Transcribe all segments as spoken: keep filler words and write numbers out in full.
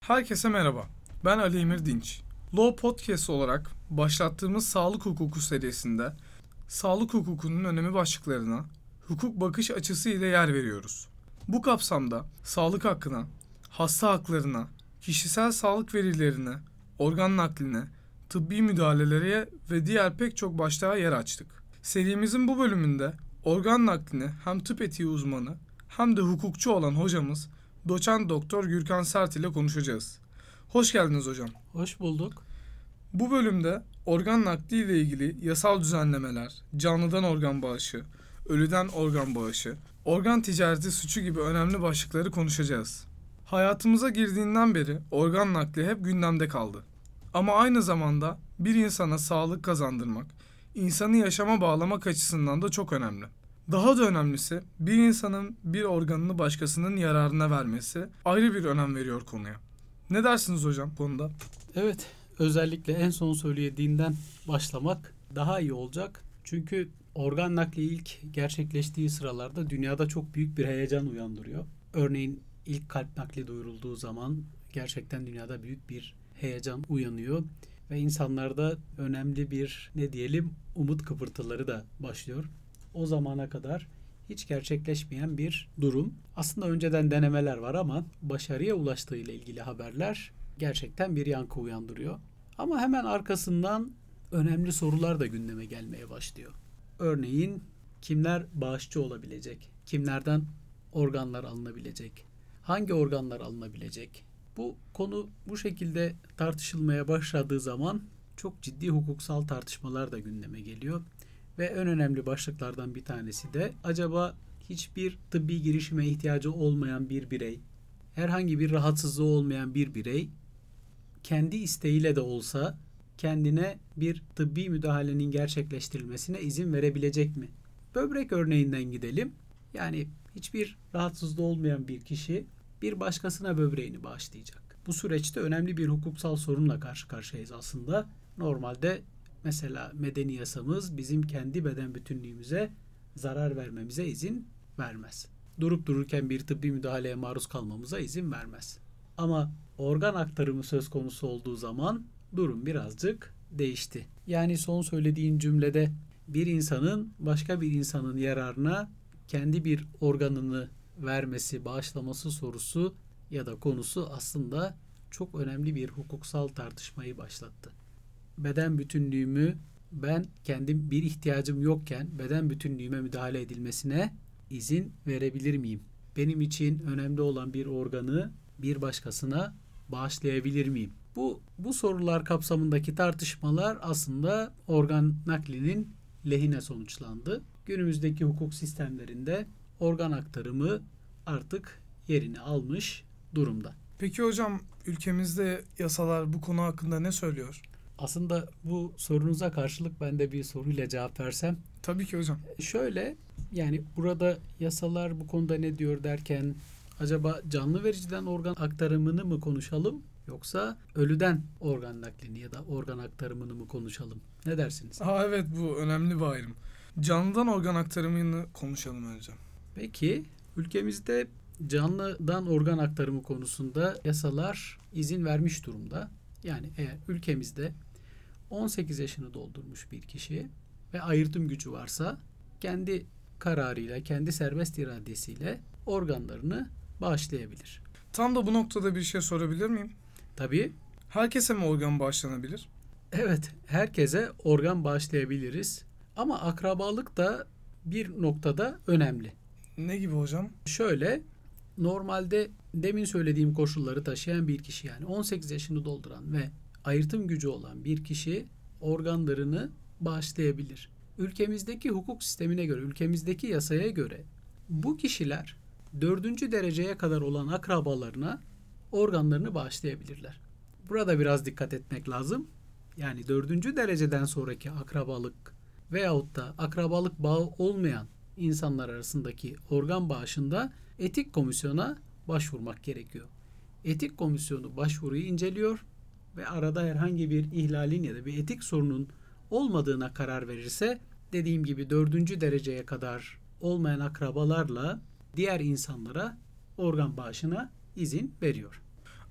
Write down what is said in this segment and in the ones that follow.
Herkese merhaba. Ben Ali Emir Dinç. Law Podcast olarak başlattığımız sağlık hukuku serisinde sağlık hukukunun önemi başlıklarına hukuk bakış açısı ile yer veriyoruz. Bu kapsamda sağlık hakkına, hasta haklarına, kişisel sağlık verilerine, organ nakline, tıbbi müdahalelere ve diğer pek çok başlığa yer açtık. Serimizin bu bölümünde organ naklini hem tıp etiği uzmanı hem de hukukçu olan hocamız Doçent Doktor Gürkan Sert ile konuşacağız. Hoş geldiniz hocam. Hoş bulduk. Bu bölümde organ nakli ile ilgili yasal düzenlemeler, canlıdan organ bağışı, ölüden organ bağışı, organ ticareti suçu gibi önemli başlıkları konuşacağız. Hayatımıza girdiğinden beri organ nakli hep gündemde kaldı. Ama aynı zamanda bir insana sağlık kazandırmak, insanı yaşama bağlamak açısından da çok önemli. Daha da önemlisi bir insanın bir organını başkasının yararına vermesi ayrı bir önem veriyor konuya. Ne dersiniz hocam konuda? Evet, özellikle en son söylediğinden başlamak daha iyi olacak. Çünkü organ nakli ilk gerçekleştiği sıralarda dünyada çok büyük bir heyecan uyandırıyor. Örneğin ilk kalp nakli duyurulduğu zaman gerçekten dünyada büyük bir heyecan uyanıyor. Ve insanlarda önemli bir ne diyelim umut kıpırtıları da başlıyor. O zamana kadar hiç gerçekleşmeyen bir durum. Aslında önceden denemeler var ama başarıya ulaştığı ile ilgili haberler gerçekten bir yankı uyandırıyor. Ama hemen arkasından önemli sorular da gündeme gelmeye başlıyor. Örneğin kimler bağışçı olabilecek? Kimlerden organlar alınabilecek? Hangi organlar alınabilecek? Bu konu bu şekilde tartışılmaya başladığı zaman çok ciddi hukuksal tartışmalar da gündeme geliyor. Ve en önemli başlıklardan bir tanesi de acaba hiçbir tıbbi girişime ihtiyacı olmayan bir birey, herhangi bir rahatsızlığı olmayan bir birey kendi isteğiyle de olsa kendine bir tıbbi müdahalenin gerçekleştirilmesine izin verebilecek mi? Böbrek örneğinden gidelim. Yani hiçbir rahatsızlığı olmayan bir kişi bir başkasına böbreğini bağışlayacak. Bu süreçte önemli bir hukuksal sorunla karşı karşıyayız aslında. Normalde mesela medeni yasamız bizim kendi beden bütünlüğümüze zarar vermemize izin vermez. Durup dururken bir tıbbi müdahaleye maruz kalmamıza izin vermez. Ama organ aktarımı söz konusu olduğu zaman durum birazcık değişti. Yani son söylediğin cümlede bir insanın başka bir insanın yararına kendi bir organını vermesi, bağışlaması sorusu ya da konusu aslında çok önemli bir hukuksal tartışmayı başlattı. Beden bütünlüğümü ben kendim bir ihtiyacım yokken beden bütünlüğüme müdahale edilmesine izin verebilir miyim? Benim için önemli olan bir organı bir başkasına bağışlayabilir miyim? Bu bu sorular kapsamındaki tartışmalar aslında organ naklinin lehine sonuçlandı. Günümüzdeki hukuk sistemlerinde organ aktarımı artık yerini almış durumda. Peki hocam ülkemizde yasalar bu konu hakkında ne söylüyor? Aslında bu sorunuza karşılık ben de bir soruyla cevap versem. Tabii ki hocam. Şöyle yani burada yasalar bu konuda ne diyor derken acaba canlı vericiden organ aktarımını mı konuşalım yoksa ölüden organ naklini ya da organ aktarımını mı konuşalım? Ne dersiniz? Aa, evet bu önemli bir ayrım. Canlıdan organ aktarımını konuşalım önce. Peki ülkemizde canlıdan organ aktarımı konusunda yasalar izin vermiş durumda. Yani eğer ülkemizde on sekiz yaşını doldurmuş bir kişi ve ayırtım gücü varsa kendi kararıyla, kendi serbest iradesiyle organlarını bağışlayabilir. Tam da bu noktada bir şey sorabilir miyim? Tabii, Herkese mi organ bağışlanabilir? evet herkese organ bağışlayabiliriz ama akrabalık da bir noktada önemli. Ne gibi hocam? Şöyle, normalde demin söylediğim koşulları taşıyan bir kişi yani on sekiz yaşını dolduran ve ayırtım gücü olan bir kişi organlarını bağışlayabilir. Ülkemizdeki hukuk sistemine göre, ülkemizdeki yasaya göre bu kişiler dördüncü dereceye kadar olan akrabalarına organlarını bağışlayabilirler. Burada biraz dikkat etmek lazım. Yani dördüncü dereceden sonraki akrabalık veyahut da akrabalık bağı olmayan insanlar arasındaki organ bağışında etik komisyona başvurmak gerekiyor. Etik komisyonu başvuruyu inceliyor ve arada herhangi bir ihlalin ya da bir etik sorunun olmadığına karar verirse dediğim gibi dördüncü dereceye kadar olmayan akrabalarla diğer insanlara organ bağışına izin veriyor.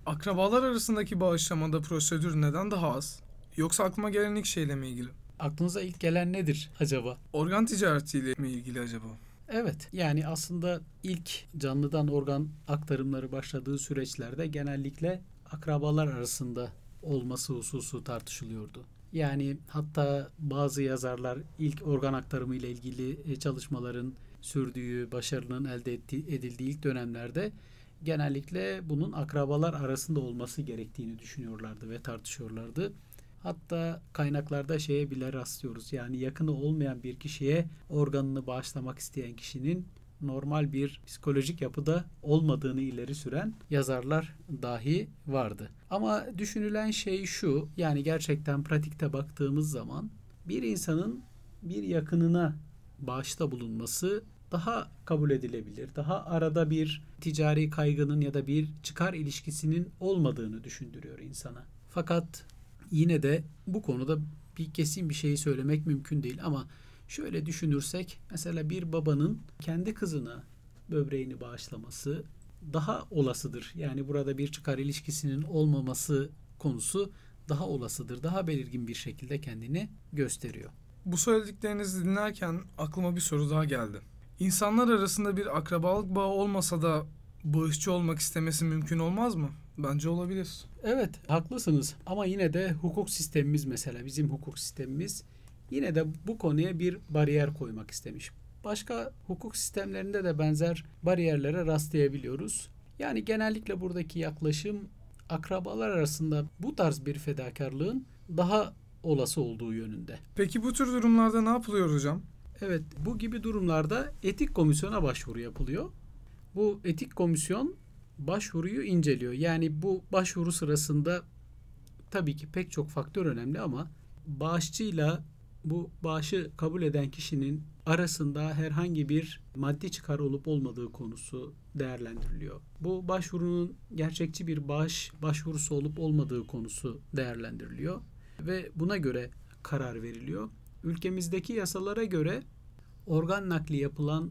Akrabalar arasındaki bağışlamada prosedür neden daha az? Yoksa aklıma gelen ilk şeyle mi ilgili? Aklınıza ilk gelen nedir acaba? Organ ticaretiyle mi ilgili acaba? Evet, yani aslında ilk canlıdan organ aktarımları başladığı süreçlerde genellikle akrabalar arasında olması hususu tartışılıyordu. Yani hatta bazı yazarlar ilk organ aktarımı ile ilgili çalışmaların sürdüğü, başarının elde ettiği, edildiği ilk dönemlerde genellikle bunun akrabalar arasında olması gerektiğini düşünüyorlardı ve tartışıyorlardı. Hatta kaynaklarda şeye bile rastlıyoruz. Yani yakını olmayan bir kişiye organını bağışlamak isteyen kişinin normal bir psikolojik yapıda olmadığını ileri süren yazarlar dahi vardı. Ama düşünülen şey şu, yani gerçekten pratikte baktığımız zaman bir insanın bir yakınına bağışta bulunması daha kabul edilebilir. Daha arada bir ticari kaygının ya da bir çıkar ilişkisinin olmadığını düşündürüyor insana. Fakat yine de bu konuda bir kesin bir şeyi söylemek mümkün değil ama şöyle düşünürsek mesela bir babanın kendi kızına böbreğini bağışlaması daha olasıdır. Yani burada bir çıkar ilişkisinin olmaması konusu daha olasıdır. Daha belirgin bir şekilde kendini gösteriyor. Bu söylediklerinizi dinlerken aklıma bir soru daha geldi. İnsanlar arasında bir akrabalık bağı olmasa da bağışçı olmak istemesi mümkün olmaz mı? Bence olabilir. Evet, haklısınız ama yine de hukuk sistemimiz mesela bizim hukuk sistemimiz yine de bu konuya bir bariyer koymak istemiş. Başka hukuk sistemlerinde de benzer bariyerlere rastlayabiliyoruz. Yani genellikle buradaki yaklaşım akrabalar arasında bu tarz bir fedakarlığın daha olası olduğu yönünde. Peki bu tür durumlarda ne yapılıyor hocam? Evet, bu gibi durumlarda etik komisyona başvuru yapılıyor. Bu etik komisyon başvuruyu inceliyor. Yani bu başvuru sırasında tabii ki pek çok faktör önemli ama bağışçıyla bu bağışı kabul eden kişinin arasında herhangi bir maddi çıkar olup olmadığı konusu değerlendiriliyor. Bu başvurunun gerçekçi bir bağış başvurusu olup olmadığı konusu değerlendiriliyor ve buna göre karar veriliyor. Ülkemizdeki yasalara göre organ nakli yapılan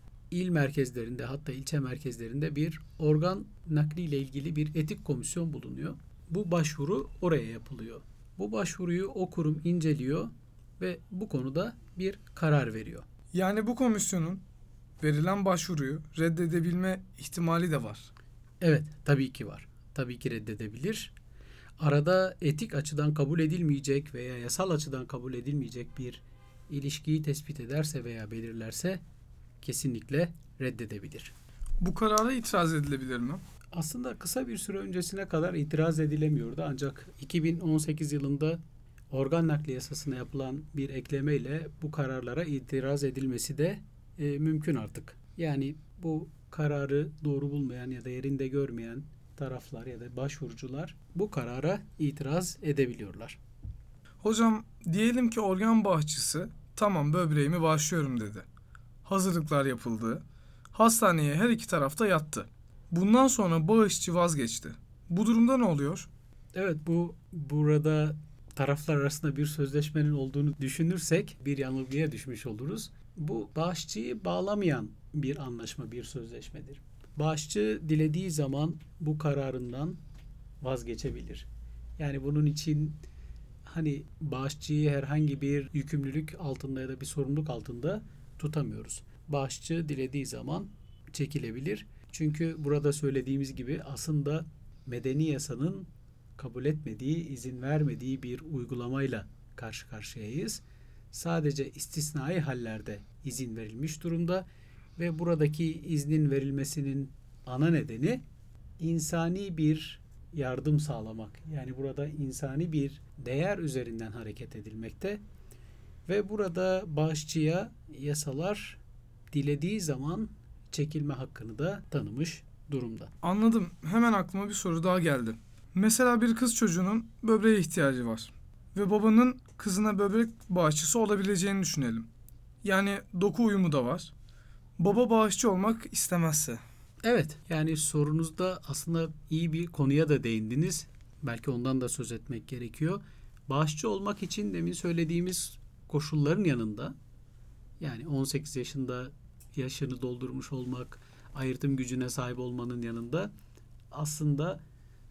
il merkezlerinde hatta ilçe merkezlerinde bir organ nakli ile ilgili bir etik komisyon bulunuyor. Bu başvuru oraya yapılıyor. Bu başvuruyu o kurum inceliyor ve bu konuda bir karar veriyor. Yani bu komisyonun verilen başvuruyu reddedebilme ihtimali de var. Evet, tabii ki var. Tabii ki reddedebilir. Arada etik açıdan kabul edilmeyecek veya yasal açıdan kabul edilmeyecek bir ilişkiyi tespit ederse veya belirlerse kesinlikle reddedebilir. Bu karara itiraz edilebilir mi? Aslında kısa bir süre öncesine kadar itiraz edilemiyordu ancak iki bin on sekiz yılında organ nakli yasasına yapılan bir eklemeyle bu kararlara itiraz edilmesi de e, mümkün artık. Yani bu kararı doğru bulmayan ya da yerinde görmeyen taraflar ya da başvurucular bu karara itiraz edebiliyorlar. Hocam diyelim ki organ bağışçısı tamam böbreğimi bağışlıyorum dedi. Hazırlıklar yapıldı. Hastaneye her iki tarafta yattı. Bundan sonra bağışçı vazgeçti. Bu durumda ne oluyor? Evet, bu burada taraflar arasında bir sözleşmenin olduğunu düşünürsek bir yanılgıya düşmüş oluruz. Bu bağışçıyı bağlamayan bir anlaşma, bir sözleşmedir. Bağışçı dilediği zaman bu kararından vazgeçebilir. Yani bunun için hani bağışçıyı herhangi bir yükümlülük altında ya da bir sorumluluk altında tutamıyoruz. Bağışçı dilediği zaman çekilebilir. Çünkü burada söylediğimiz gibi aslında medeni yasanın kabul etmediği, izin vermediği bir uygulamayla karşı karşıyayız. Sadece istisnai hallerde izin verilmiş durumda ve buradaki iznin verilmesinin ana nedeni insani bir yardım sağlamak. Yani burada insani bir değer üzerinden hareket edilmekte ve burada bağışçıya yasalar dilediği zaman çekilme hakkını da tanımış durumda. Anladım. Hemen aklıma bir soru daha geldi. Mesela bir kız çocuğunun böbreğe ihtiyacı var. Ve babanın kızına böbrek bağışçısı olabileceğini düşünelim. Yani doku uyumu da var. Baba bağışçı olmak istemezse. Evet, yani sorunuzda aslında iyi bir konuya da değindiniz. Belki ondan da söz etmek gerekiyor. Bağışçı olmak için demin söylediğimiz koşulların yanında, yani on sekiz yaşında yaşını doldurmuş olmak, ayırtım gücüne sahip olmanın yanında aslında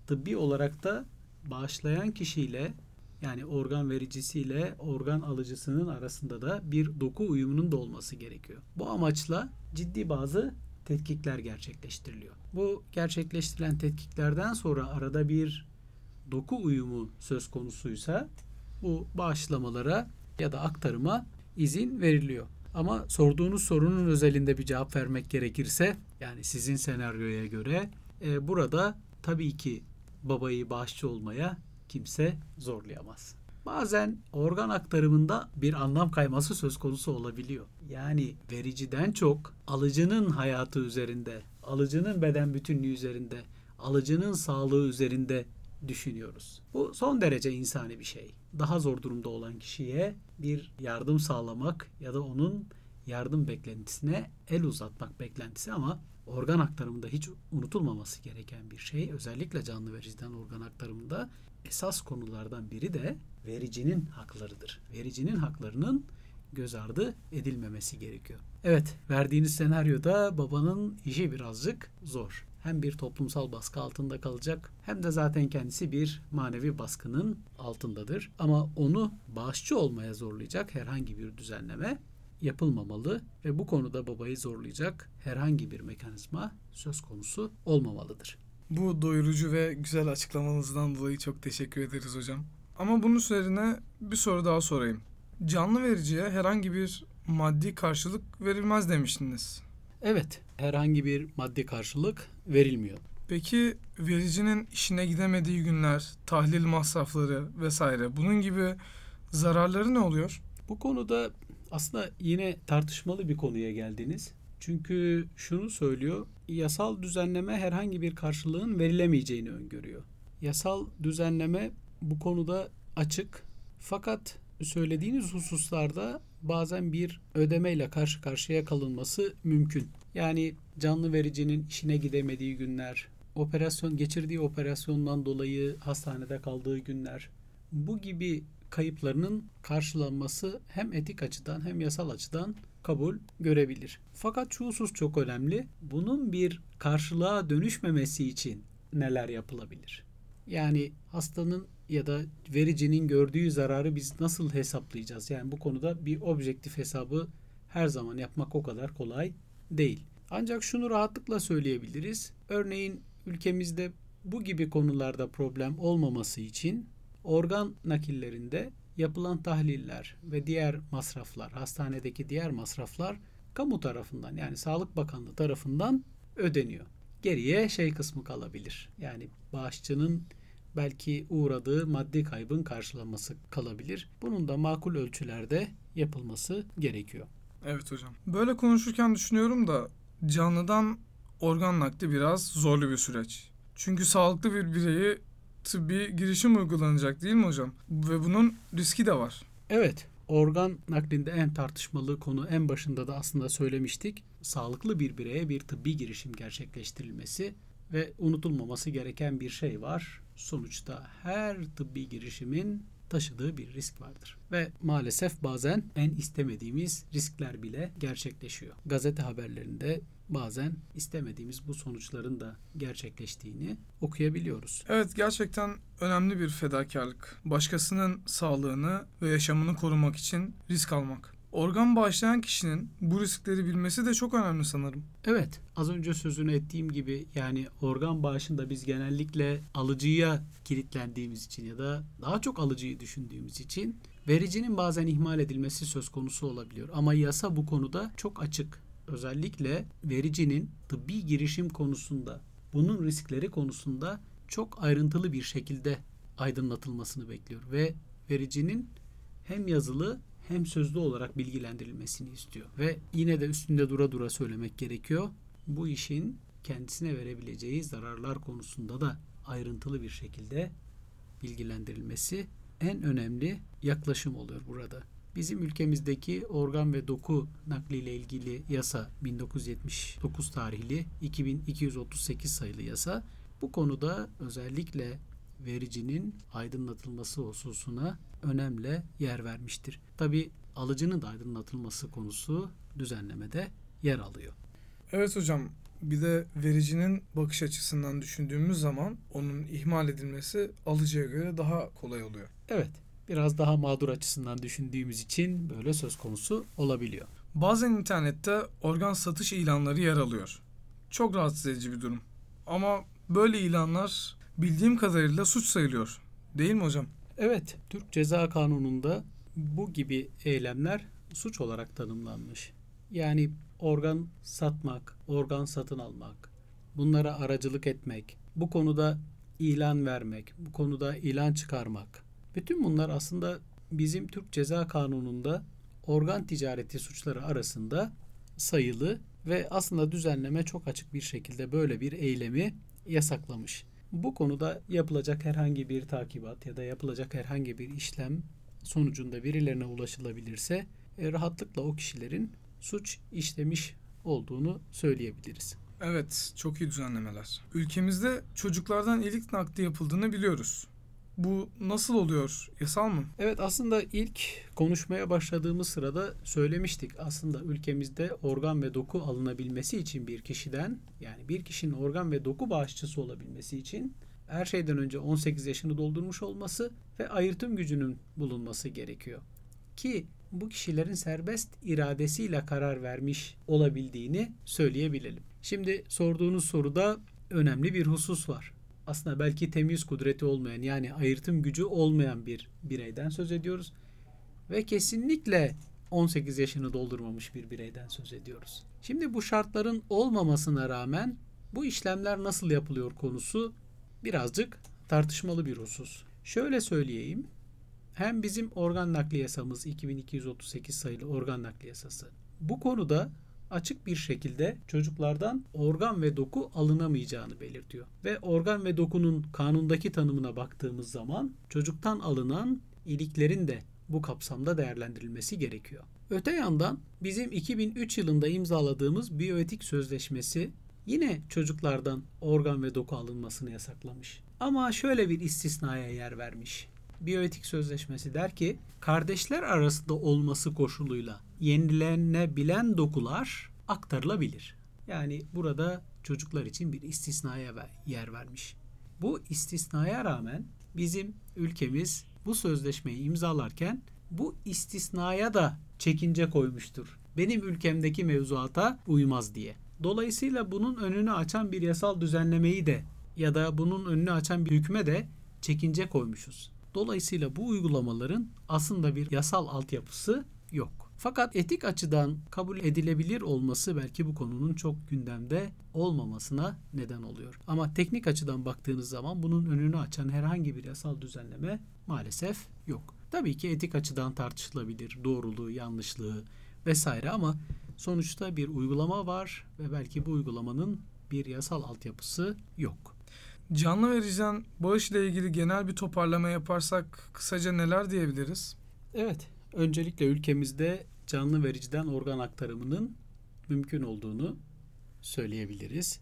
tıbbi olarak da bağışlayan kişiyle yani organ vericisiyle organ alıcısının arasında da bir doku uyumunun da olması gerekiyor. Bu amaçla ciddi bazı tetkikler gerçekleştiriliyor. Bu gerçekleştirilen tetkiklerden sonra arada bir doku uyumu söz konusuysa bu bağışlamalara ya da aktarıma izin veriliyor. Ama sorduğunuz sorunun özelinde bir cevap vermek gerekirse yani sizin senaryoya göre e, burada tabii ki babayı bağışçı olmaya kimse zorlayamaz. Bazen organ aktarımında bir anlam kayması söz konusu olabiliyor. Yani vericiden çok alıcının hayatı üzerinde, alıcının beden bütünlüğü üzerinde, alıcının sağlığı üzerinde düşünüyoruz. Bu son derece insani bir şey. Daha zor durumda olan kişiye bir yardım sağlamak ya da onun yardım beklentisine el uzatmak beklentisi ama organ aktarımında hiç unutulmaması gereken bir şey. Özellikle canlı vericiden organ aktarımında esas konulardan biri de vericinin haklarıdır. Vericinin haklarının göz ardı edilmemesi gerekiyor. Evet, verdiğiniz senaryoda babanın işi birazcık zor. Hem bir toplumsal baskı altında kalacak hem de zaten kendisi bir manevi baskının altındadır. Ama onu bağışçı olmaya zorlayacak herhangi bir düzenleme yapılmamalı ve bu konuda babayı zorlayacak herhangi bir mekanizma söz konusu olmamalıdır. Bu doyurucu ve güzel açıklamanızdan dolayı çok teşekkür ederiz hocam. Ama bunun üzerine bir soru daha sorayım. Canlı vericiye herhangi bir maddi karşılık verilmez demiştiniz. Evet, herhangi bir maddi karşılık verilmiyor. Peki vericinin işine gidemediği günler, tahlil masrafları vesaire bunun gibi zararları ne oluyor? Bu konuda aslında yine tartışmalı bir konuya geldiniz. Çünkü şunu söylüyor, yasal düzenleme herhangi bir karşılığın verilemeyeceğini öngörüyor. Yasal düzenleme bu konuda açık. Fakat söylediğiniz hususlarda bazen bir ödemeyle karşı karşıya kalınması mümkün. Yani canlı vericinin işine gidemediği günler, operasyon geçirdiği operasyondan dolayı hastanede kaldığı günler, bu gibi kayıplarının karşılanması hem etik açıdan hem yasal açıdan kabul görebilir. Fakat şu husus çok önemli. Bunun bir karşılığa dönüşmemesi için neler yapılabilir? Yani hastanın ya da vericinin gördüğü zararı biz nasıl hesaplayacağız? Yani bu konuda bir objektif hesabı her zaman yapmak o kadar kolay değil. Ancak şunu rahatlıkla söyleyebiliriz. Örneğin ülkemizde bu gibi konularda problem olmaması için organ nakillerinde yapılan tahliller ve diğer masraflar, hastanedeki diğer masraflar kamu tarafından yani Sağlık Bakanlığı tarafından ödeniyor. Geriye şey kısmı kalabilir. Yani bağışçının belki uğradığı maddi kaybın karşılanması kalabilir. Bunun da makul ölçülerde yapılması gerekiyor. Evet hocam. Böyle konuşurken düşünüyorum da canlıdan organ nakli biraz zorlu bir süreç. Çünkü sağlıklı bir bireyi tıbbi girişim uygulanacak değil mi hocam? Ve bunun riski de var. Evet, organ naklinde en tartışmalı konu en başında da aslında söylemiştik. Sağlıklı bir bireye bir tıbbi girişim gerçekleştirilmesi ve unutulmaması gereken bir şey var. Sonuçta her tıbbi girişimin taşıdığı bir risk vardır. Ve maalesef bazen en istemediğimiz riskler bile gerçekleşiyor. Gazete haberlerinde bazen istemediğimiz bu sonuçların da gerçekleştiğini okuyabiliyoruz. Evet, gerçekten önemli bir fedakarlık. Başkasının sağlığını ve yaşamını korumak için risk almak. Organ bağışlayan kişinin bu riskleri bilmesi de çok önemli sanırım. Evet, az önce sözünü ettiğim gibi yani organ bağışında biz genellikle alıcıya kilitlendiğimiz için ya da daha çok alıcıyı düşündüğümüz için vericinin bazen ihmal edilmesi söz konusu olabiliyor. Ama yasa bu konuda çok açık. Özellikle vericinin tıbbi girişim konusunda, bunun riskleri konusunda çok ayrıntılı bir şekilde aydınlatılmasını bekliyor ve vericinin hem yazılı hem sözlü olarak bilgilendirilmesini istiyor. Ve yine de üstünde dura dura söylemek gerekiyor. Bu işin kendisine verebileceği zararlar konusunda da ayrıntılı bir şekilde bilgilendirilmesi en önemli yaklaşım oluyor burada. Bizim ülkemizdeki organ ve doku nakliyle ilgili yasa bin dokuz yüz yetmiş dokuz tarihli iki bin iki yüz otuz sekiz sayılı yasa bu konuda özellikle vericinin aydınlatılması hususuna önemli yer vermiştir. Tabi alıcının da aydınlatılması konusu düzenlemede yer alıyor. Evet hocam, Bir de vericinin bakış açısından düşündüğümüz zaman onun ihmal edilmesi alıcıya göre daha kolay oluyor. Evet, biraz daha mağdur açısından düşündüğümüz için böyle söz konusu olabiliyor. Bazen internette organ satış ilanları yer alıyor. Çok rahatsız edici bir durum. Ama böyle ilanlar bildiğim kadarıyla suç sayılıyor. Değil mi hocam? Evet, Türk Ceza Kanunu'nda bu gibi eylemler suç olarak tanımlanmış. Yani organ satmak, organ satın almak, bunlara aracılık etmek, bu konuda ilan vermek, bu konuda ilan çıkarmak. Bütün bunlar aslında bizim Türk Ceza Kanunu'nda organ ticareti suçları arasında sayılı ve aslında düzenleme çok açık bir şekilde böyle bir eylemi yasaklamış. Bu konuda yapılacak herhangi bir takibat ya da yapılacak herhangi bir işlem sonucunda birilerine ulaşılabilirse e, rahatlıkla o kişilerin suç işlemiş olduğunu söyleyebiliriz. Evet, çok iyi düzenlemeler. Ülkemizde çocuklardan ilik nakli yapıldığını biliyoruz. Bu nasıl oluyor? Yasal mı? Evet, aslında ilk konuşmaya başladığımız sırada söylemiştik. Aslında ülkemizde organ ve doku alınabilmesi için bir kişiden, yani bir kişinin organ ve doku bağışçısı olabilmesi için her şeyden önce on sekiz yaşını doldurmuş olması ve ayırtım gücünün bulunması gerekiyor. Ki bu kişilerin serbest iradesiyle karar vermiş olabildiğini söyleyebilelim. Şimdi sorduğunuz soruda önemli bir husus var. Aslında belki temyiz kudreti olmayan, yani ayırtım gücü olmayan bir bireyden söz ediyoruz. Ve kesinlikle on sekiz yaşını doldurmamış bir bireyden söz ediyoruz. Şimdi bu şartların olmamasına rağmen bu işlemler nasıl yapılıyor konusu birazcık tartışmalı bir husus. Şöyle söyleyeyim. Hem bizim organ nakli yasamız iki bin iki yüz otuz sekiz sayılı organ nakli yasası bu konuda açık bir şekilde çocuklardan organ ve doku alınamayacağını belirtiyor. Ve organ ve dokunun kanundaki tanımına baktığımız zaman çocuktan alınan iliklerin de bu kapsamda değerlendirilmesi gerekiyor. Öte yandan bizim iki bin üç yılında imzaladığımız biyoetik sözleşmesi yine çocuklardan organ ve doku alınmasını yasaklamış. Ama şöyle bir istisnaya yer vermiş. Biyoetik sözleşmesi der ki, kardeşler arasında olması koşuluyla yenilenebilen dokular aktarılabilir. Yani burada çocuklar için bir istisnaya yer vermiş. Bu istisnaya rağmen bizim ülkemiz bu sözleşmeyi imzalarken bu istisnaya da çekince koymuştur. Benim ülkemdeki mevzuata uymaz diye. Dolayısıyla bunun önünü açan bir yasal düzenlemeyi de ya da bunun önünü açan bir hükme de çekince koymuşuz. Dolayısıyla bu uygulamaların aslında bir yasal altyapısı yok. Fakat etik açıdan kabul edilebilir olması belki bu konunun çok gündemde olmamasına neden oluyor. Ama teknik açıdan baktığınız zaman bunun önünü açan herhangi bir yasal düzenleme maalesef yok. Tabii ki etik açıdan tartışılabilir, doğruluğu, yanlışlığı vesaire, ama sonuçta bir uygulama var ve belki bu uygulamanın bir yasal altyapısı yok. Canlı vericiden bağış ile ilgili genel bir toparlama yaparsak kısaca neler diyebiliriz? Evet, öncelikle ülkemizde canlı vericiden organ aktarımının mümkün olduğunu söyleyebiliriz.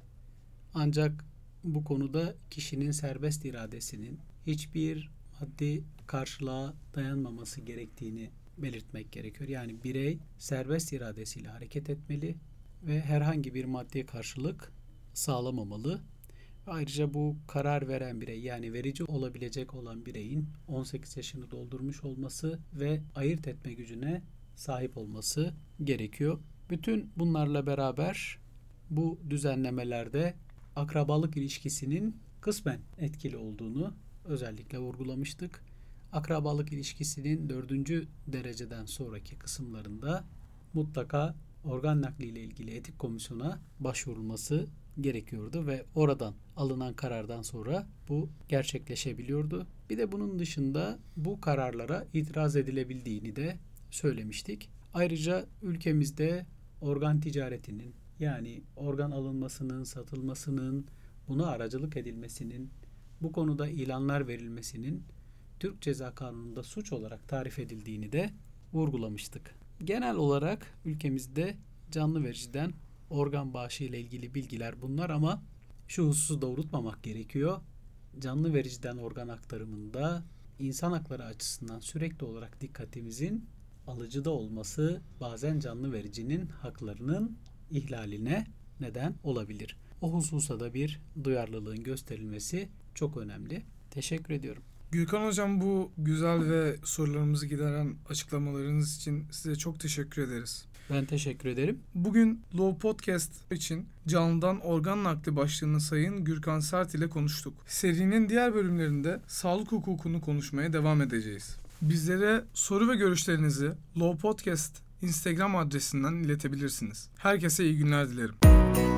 Ancak bu konuda kişinin serbest iradesinin hiçbir maddi karşılığa dayanmaması gerektiğini belirtmek gerekiyor. Yani birey serbest iradesiyle hareket etmeli ve herhangi bir maddi karşılık sağlamamalı. Ayrıca bu karar veren birey, yani verici olabilecek olan bireyin on sekiz yaşını doldurmuş olması ve ayırt etme gücüne sahip olması gerekiyor. Bütün bunlarla beraber bu düzenlemelerde akrabalık ilişkisinin kısmen etkili olduğunu özellikle vurgulamıştık. Akrabalık ilişkisinin dördüncü dereceden sonraki kısımlarında mutlaka organ nakli ile ilgili etik komisyona başvurulması gerekiyordu ve oradan alınan karardan sonra bu gerçekleşebiliyordu. Bir de bunun dışında bu kararlara itiraz edilebildiğini de söylemiştik. Ayrıca ülkemizde organ ticaretinin, yani organ alınmasının, satılmasının, buna aracılık edilmesinin, bu konuda ilanlar verilmesinin Türk Ceza Kanunu'nda suç olarak tarif edildiğini de vurgulamıştık. Genel olarak ülkemizde canlı vericiden organ bağışı ile ilgili bilgiler bunlar, ama şu hususu da unutmamak gerekiyor. Canlı vericiden organ aktarımında insan hakları açısından sürekli olarak dikkatimizin alıcıda olması bazen canlı vericinin haklarının ihlaline neden olabilir. O hususa da bir duyarlılığın gösterilmesi çok önemli. Teşekkür ediyorum. Gürkan Hocam, bu güzel ve sorularımızı gideren açıklamalarınız için size çok teşekkür ederiz. Ben teşekkür ederim. Bugün Law Podcast için canlıdan organ nakli başlığını Sayın Gürkan Sert ile konuştuk. Serinin diğer bölümlerinde sağlık hukukunu konuşmaya devam edeceğiz. Bizlere soru ve görüşlerinizi Law Podcast Instagram adresinden iletebilirsiniz. Herkese iyi günler dilerim.